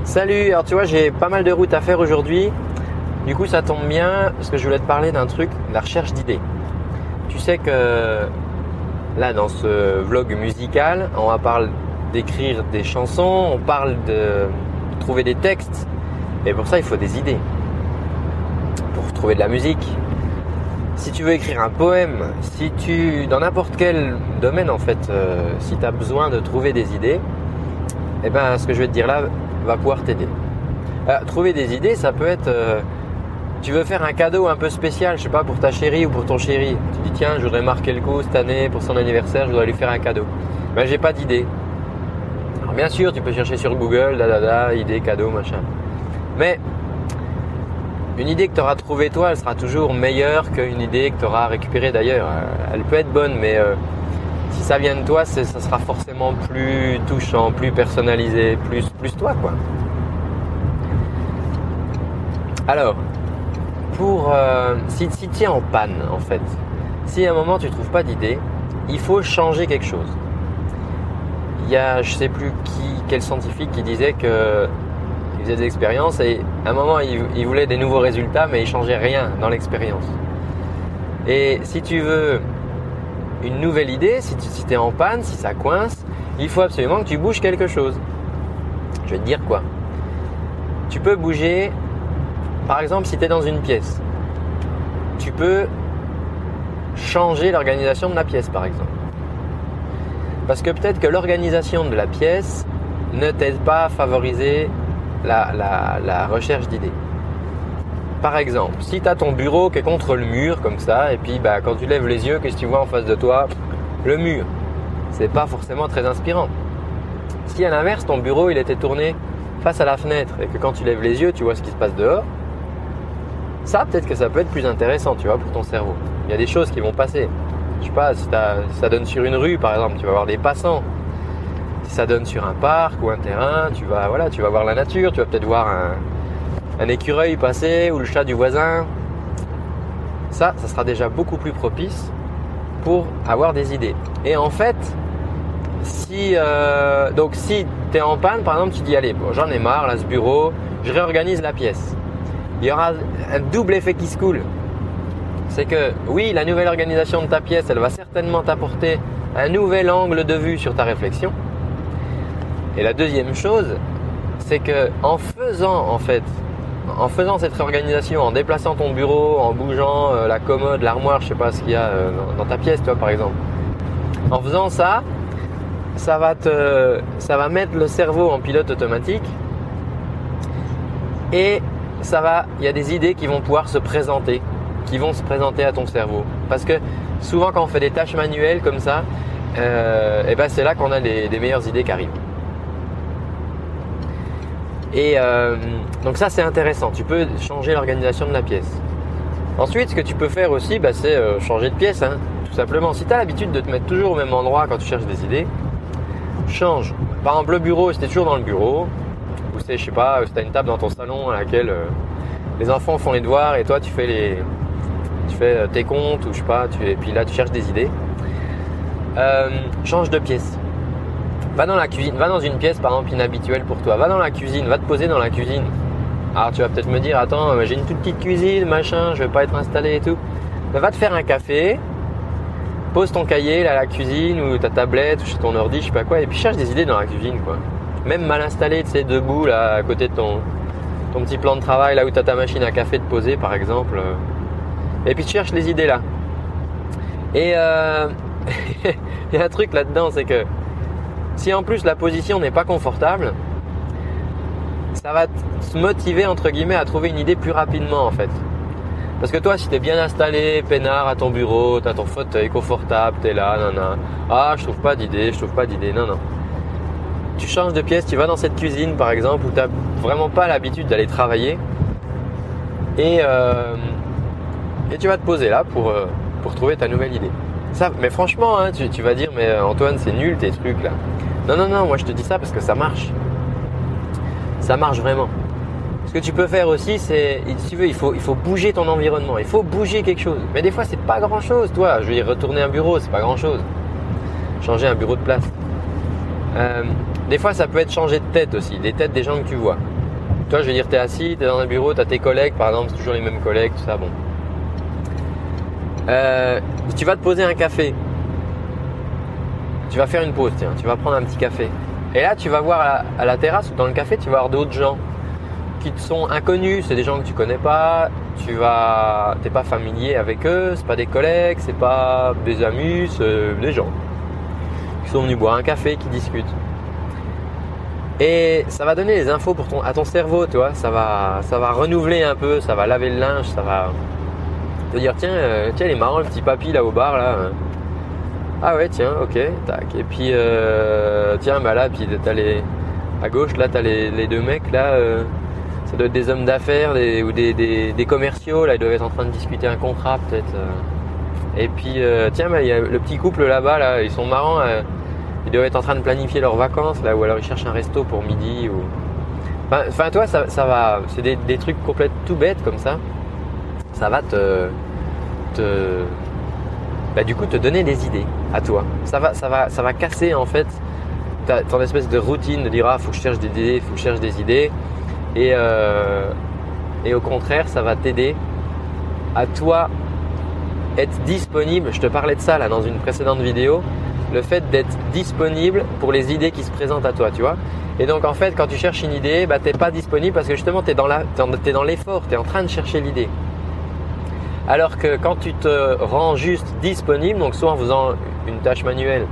Salut, alors tu vois, j'ai pas mal de routes à faire aujourd'hui. Du coup, ça tombe bien parce que je voulais te parler d'un truc, la recherche d'idées. Tu sais que là, dans ce vlog musical, on va parler d'écrire des chansons, on parle de trouver des textes. Et pour ça, il faut des idées. Pour trouver de la musique. Si tu veux écrire un poème, dans n'importe quel domaine en fait, si tu as besoin de trouver des idées, eh ben, ce que je vais te dire là va pouvoir t'aider. Trouver des idées, ça peut être, tu veux faire un cadeau un peu spécial, je sais pas, pour ta chérie ou pour ton chéri. Tu dis tiens, je voudrais marquer le coup cette année pour son anniversaire, je voudrais lui faire un cadeau. Ben j'ai pas d'idée. Alors bien sûr, tu peux chercher sur Google, idée, cadeau, machin. Mais une idée que tu auras trouvée toi, elle sera toujours meilleure qu'une idée que tu auras récupérée d'ailleurs. Elle peut être bonne, mais si ça vient de toi, ça sera forcément plus touchant, plus personnalisé, plus toi quoi. Alors, si tu es en panne en fait, si à un moment tu ne trouves pas d'idée, il faut changer quelque chose. Il y a je ne sais plus quel scientifique qui disait qu'il faisait des expériences et à un moment il voulait des nouveaux résultats mais il ne changeait rien dans l'expérience. Et si tu veux une nouvelle idée, si tu es en panne, si ça coince, il faut absolument que tu bouges quelque chose. Je vais te dire quoi. Tu peux bouger, par exemple, si tu es dans une pièce, tu peux changer l'organisation de la pièce, par exemple. Parce que peut-être que l'organisation de la pièce ne t'aide pas à favoriser la recherche d'idées. Par exemple, si tu as ton bureau qui est contre le mur comme ça, et puis quand tu lèves les yeux, qu'est-ce que tu vois en face de toi? Le mur. C'est pas forcément très inspirant. Si à l'inverse, ton bureau il était tourné face à la fenêtre et que quand tu lèves les yeux, tu vois ce qui se passe dehors, ça peut-être que ça peut être plus intéressant, tu vois, pour ton cerveau. Il y a des choses qui vont passer. Je sais pas, si ça donne sur une rue par exemple, tu vas voir des passants. Si ça donne sur un parc ou un terrain, tu vas voir la nature, tu vas peut-être voir un écureuil passer ou le chat du voisin. Ça sera déjà beaucoup plus propice pour avoir des idées. Et en fait, si tu es en panne, par exemple, tu dis allez, bon, j'en ai marre là ce bureau, je réorganise la pièce. Il y aura un double effet qui se coule. C'est que oui, la nouvelle organisation de ta pièce, elle va certainement t'apporter un nouvel angle de vue sur ta réflexion. Et la deuxième chose, c'est que en faisant cette réorganisation, en déplaçant ton bureau, en bougeant la commode, l'armoire, je sais pas ce qu'il y a dans ta pièce, toi par exemple. En faisant ça, ça va mettre le cerveau en pilote automatique et il y a des idées qui vont pouvoir se présenter à ton cerveau. Parce que souvent quand on fait des tâches manuelles comme ça, c'est là qu'on a des meilleures idées qui arrivent. Et donc ça c'est intéressant, tu peux changer l'organisation de la pièce. Ensuite ce que tu peux faire aussi c'est changer de pièce, tout simplement. Si tu as l'habitude de te mettre toujours au même endroit quand tu cherches des idées, change. Par exemple le bureau, si tu es toujours dans le bureau, ou je sais pas, si tu as une table dans ton salon à laquelle les enfants font les devoirs et toi tu fais tes comptes ou je sais pas, et puis là tu cherches des idées, change de pièce. Va dans la cuisine, va dans une pièce par exemple inhabituelle pour toi. Va dans la cuisine, va te poser dans la cuisine. Alors tu vas peut-être me dire, attends, j'ai une toute petite cuisine, machin, je vais pas être installé et tout. Mais va te faire un café, pose ton cahier là à la cuisine ou ta tablette ou chez ton ordi, je sais pas quoi, et puis cherche des idées dans la cuisine quoi. Même mal installé, tu sais, debout là à côté de ton petit plan de travail, là où tu as ta machine à café de poser par exemple. Et puis tu cherches les idées là. Et il y a un truc là-dedans, c'est que si en plus la position n'est pas confortable, ça va te motiver entre guillemets à trouver une idée plus rapidement en fait. Parce que toi si tu es bien installé, peinard à ton bureau, tu as ton fauteuil confortable, tu es là, je trouve pas d'idée, non. Tu changes de pièce, tu vas dans cette cuisine par exemple où tu n'as vraiment pas l'habitude d'aller travailler et tu vas te poser là pour trouver ta nouvelle idée. Ça, mais franchement, tu vas dire mais Antoine c'est nul tes trucs là. Non, moi je te dis ça parce que ça marche. Ça marche vraiment. Ce que tu peux faire aussi, c'est, si tu veux, il faut bouger ton environnement, il faut bouger quelque chose. Mais des fois c'est pas grand chose, toi. Je veux dire, retourner un bureau, c'est pas grand chose. Changer un bureau de place. Des fois ça peut être changer de tête aussi, des têtes des gens que tu vois. Toi, je veux dire, tu es assis, tu es dans un bureau, tu as tes collègues, par exemple, c'est toujours les mêmes collègues, tout ça, bon. Tu vas te poser un café. Tu vas faire une pause, tiens, tu vas prendre un petit café. Et là, tu vas voir à la terrasse ou dans le café, tu vas voir d'autres gens qui te sont inconnus. C'est des gens que tu connais pas, t'es pas familier avec eux, c'est pas des collègues, c'est pas des amis, c'est des gens qui sont venus boire un café, qui discutent. Et ça va donner des infos à ton cerveau, tu vois. Ça va renouveler un peu, ça va laver le linge, ça va te dire tiens, il est marrant le petit papy là au bar là. Ah ouais, tiens, ok, tac. Et puis tiens, bah là, puis à gauche là, t'as les deux mecs là. Ça doit être des hommes d'affaires ou des commerciaux là. Ils doivent être en train de discuter un contrat peut-être. Et puis tiens, bah, il y a le petit couple là-bas là. Ils sont marrants. Ils doivent être en train de planifier leurs vacances là, ou alors ils cherchent un resto pour midi. Enfin, toi, ça va. C'est des trucs complètement tout bêtes comme ça. Ça va du coup te donner des idées à toi. Ça va casser en fait ton espèce de routine de dire faut que je cherche des idées, et au contraire ça va t'aider à toi être disponible. Je te parlais de ça là dans une précédente vidéo, le fait d'être disponible pour les idées qui se présentent à toi, tu vois. Et donc en fait quand tu cherches une idée, t'es pas disponible parce que justement t'es dans l'effort, t'es en train de chercher l'idée. Alors que quand tu te rends juste disponible, donc soit en faisant une tâche manuelle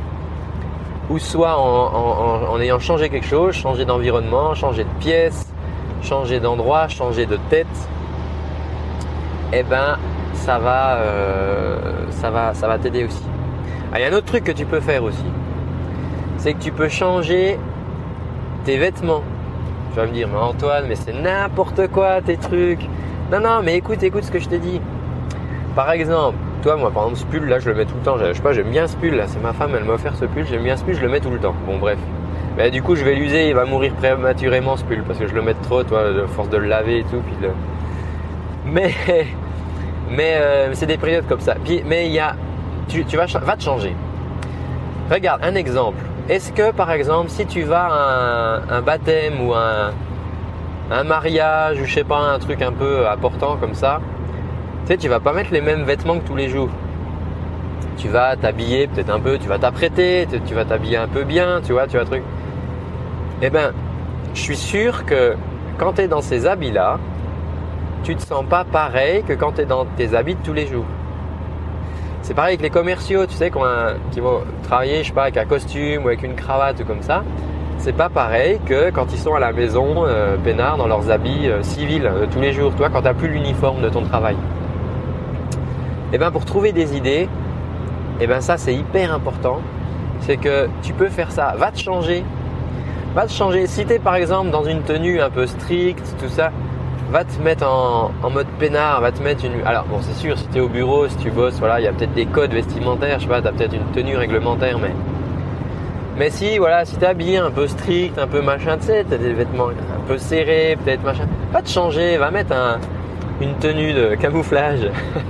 ou soit en ayant changé quelque chose, changé d'environnement, changé de pièce, changé d'endroit, changé de tête, eh ben ça va t'aider aussi. Il y a un autre truc que tu peux faire aussi, c'est que tu peux changer tes vêtements. Tu vas me dire mais Antoine, mais c'est n'importe quoi tes trucs. Non, mais écoute ce que je t'ai dit. Par exemple, moi par exemple ce pull là je le mets tout le temps. Je sais pas, j'aime bien ce pull là. C'est ma femme, elle m'a offert ce pull. J'aime bien ce pull, je le mets tout le temps. Bon bref. Mais du coup je vais l'user, il va mourir prématurément ce pull parce que je le mets trop, toi, à force de le laver et tout. Mais c'est des périodes comme ça. Mais va te changer. Regarde un exemple. Est-ce que par exemple si tu vas à un baptême ou un mariage ou je sais pas, un truc un peu important comme ça, tu sais, tu vas pas mettre les mêmes vêtements que tous les jours. Tu vas t'habiller peut-être un peu, tu vas t'apprêter, tu vas t'habiller un peu bien, tu vois truc. Eh ben, je suis sûr que quand tu es dans ces habits-là, tu te sens pas pareil que quand tu es dans tes habits de tous les jours. C'est pareil avec les commerciaux, tu sais, qui vont travailler, je sais pas, avec un costume ou avec une cravate ou comme ça. C'est pas pareil que quand ils sont à la maison, peinards, dans leurs habits civils de tous les jours, toi, quand tu n'as plus l'uniforme de ton travail. Et bien pour trouver des idées, et ben ça c'est hyper important. C'est que tu peux faire ça, va te changer. Si tu es par exemple dans une tenue un peu stricte, tout ça, va te mettre en mode peinard, va te mettre une… Alors bon, c'est sûr, si tu es au bureau, si tu bosses, voilà, il y a peut-être des codes vestimentaires, je sais pas, tu as peut-être une tenue réglementaire, mais si tu es habillé un peu strict, un peu machin, tu sais, tu as des vêtements un peu serrés, peut-être machin, va te changer, va mettre une tenue de camouflage,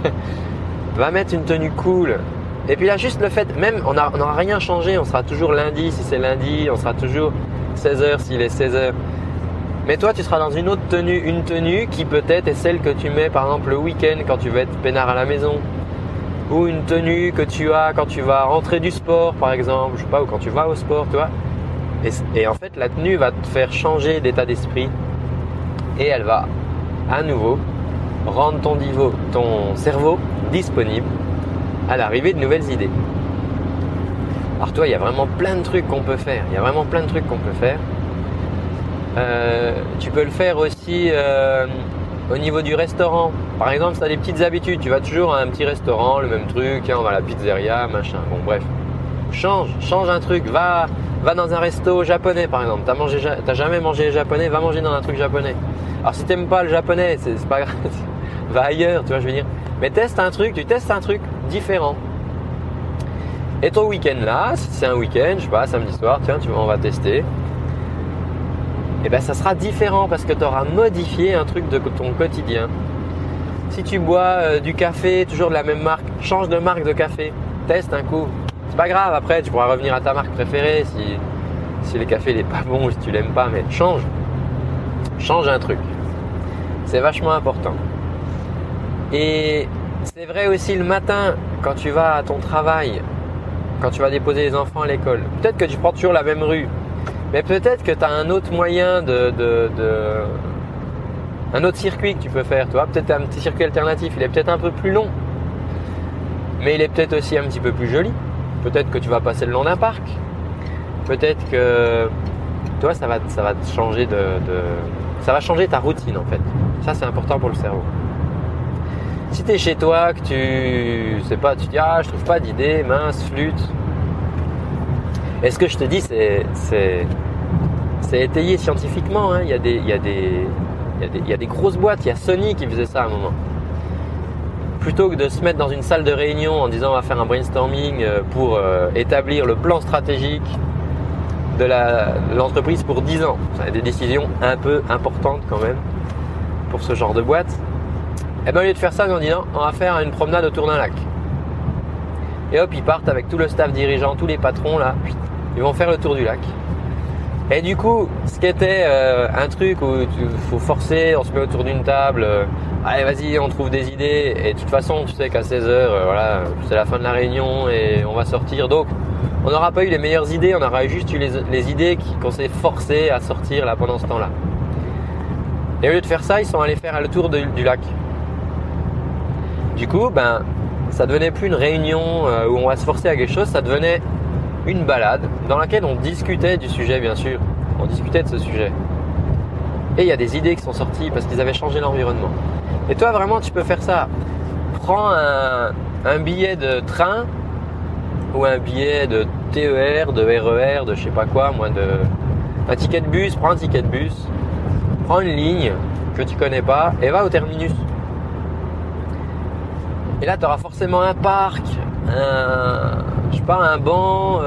va mettre une tenue cool. Et puis là, juste le fait, même on n'aura rien changé, on sera toujours lundi si c'est lundi, on sera toujours 16h s'il est 16h. Mais toi, tu seras dans une autre tenue, une tenue qui peut-être est celle que tu mets par exemple le week-end quand tu veux être peinard à la maison. Ou une tenue que tu as quand tu vas rentrer du sport par exemple, je sais pas, ou quand tu vas au sport, tu vois. Et en fait, la tenue va te faire changer d'état d'esprit et elle va à nouveau rendre ton cerveau disponible à l'arrivée de nouvelles idées. Alors toi, il y a vraiment plein de trucs qu'on peut faire. Tu peux le faire aussi au niveau du restaurant. Par exemple, si tu as des petites habitudes, tu vas toujours à un petit restaurant, le même truc, on va à la pizzeria, machin. Bon, bref. Change un truc. Va dans un resto japonais, par exemple. T'as jamais mangé japonais, va manger dans un truc japonais. Alors, si t'aimes pas le japonais, c'est pas grave. Va ailleurs, tu vois, je veux dire. Mais tu testes un truc différent. Et ton week-end là, si c'est un week-end, je sais pas, samedi soir, tiens, on va tester. Et ben ça sera différent parce que tu auras modifié un truc de ton quotidien. Si tu bois du café, toujours de la même marque, change de marque de café, teste un coup. C'est pas grave, après tu pourras revenir à ta marque préférée si le café n'est pas bon ou si tu l'aimes pas, mais change. Change un truc. C'est vachement important. Et c'est vrai aussi le matin, quand tu vas à ton travail, quand tu vas déposer les enfants à l'école. Peut-être que tu prends toujours la même rue, mais peut-être que tu as un autre moyen un autre circuit que tu peux faire. Tu vois, peut-être un petit circuit alternatif. Il est peut-être un peu plus long, mais il est peut-être aussi un petit peu plus joli. Peut-être que tu vas passer le long d'un parc. Peut-être que toi, ça va te changer ça va changer ta routine en fait. Ça, c'est important pour le cerveau. Si tu es chez toi, que tu dis je trouve pas d'idée, mince, flûte. Et ce que je te dis, c'est étayé scientifiquement. Hein. Il y a des grosses boîtes. Il y a Sony qui faisait ça à un moment. Plutôt que de se mettre dans une salle de réunion en disant on va faire un brainstorming pour établir le plan stratégique de l'entreprise pour 10 ans. C'est des décisions un peu importantes quand même pour ce genre de boîte. Et bien au lieu de faire ça, on dit non, on va faire une promenade autour d'un lac. Et hop, ils partent avec tout le staff dirigeant, tous les patrons là, ils vont faire le tour du lac. Et du coup, ce qui était un truc où il faut forcer, on se met autour d'une table, allez vas-y, on trouve des idées. Et de toute façon, tu sais qu'à 16h, voilà, c'est la fin de la réunion et on va sortir. Donc, on n'aura pas eu les meilleures idées, on aura juste eu les idées qu'on s'est forcé à sortir là pendant ce temps-là. Et au lieu de faire ça, ils sont allés faire le tour du lac. Du coup, ça devenait plus une réunion où on va se forcer à quelque chose, ça devenait une balade dans laquelle on discutait du sujet, bien sûr. On discutait de ce sujet. Et il y a des idées qui sont sorties parce qu'ils avaient changé l'environnement. Et toi, vraiment, tu peux faire ça. Prends un billet de train ou un billet de TER, de RER, de je sais pas quoi, un ticket de bus. Prends un ticket de bus. Prends une ligne que tu connais pas et va au terminus. Et là, tu auras forcément un parc, un banc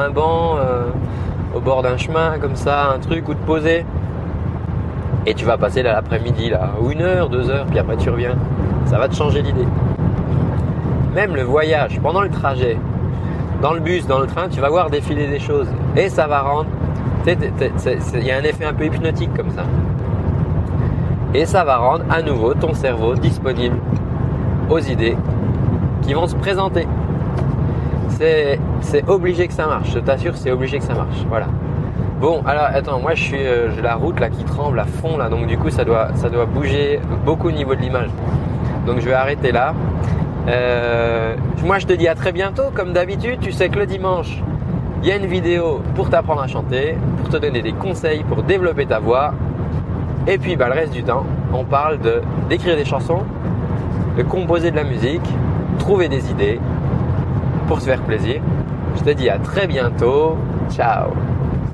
au bord d'un chemin comme ça, un truc où te poser. Et tu vas passer là l'après-midi là, ou 1 heure, 2 heures, puis après tu reviens. Ça va te changer l'idée. Même le voyage, pendant le trajet, dans le bus, dans le train, tu vas voir défiler des choses. Et ça va rendre... Il y a un effet un peu hypnotique comme ça. Et ça va rendre à nouveau ton cerveau disponible aux idées qui vont se présenter. C'est obligé que ça marche, je t'assure, c'est obligé que ça marche. Voilà. Bon, alors attends, moi j'ai la route là qui tremble à fond là, donc du coup ça doit bouger beaucoup au niveau de l'image. Donc je vais arrêter là. Moi je te dis à très bientôt. Comme d'habitude, tu sais que le dimanche il y a une vidéo pour t'apprendre à chanter, pour te donner des conseils pour développer ta voix. Et puis le reste du temps, on parle d'écrire des chansons, de composer de la musique, trouver des idées pour se faire plaisir. Je te dis à très bientôt. Ciao.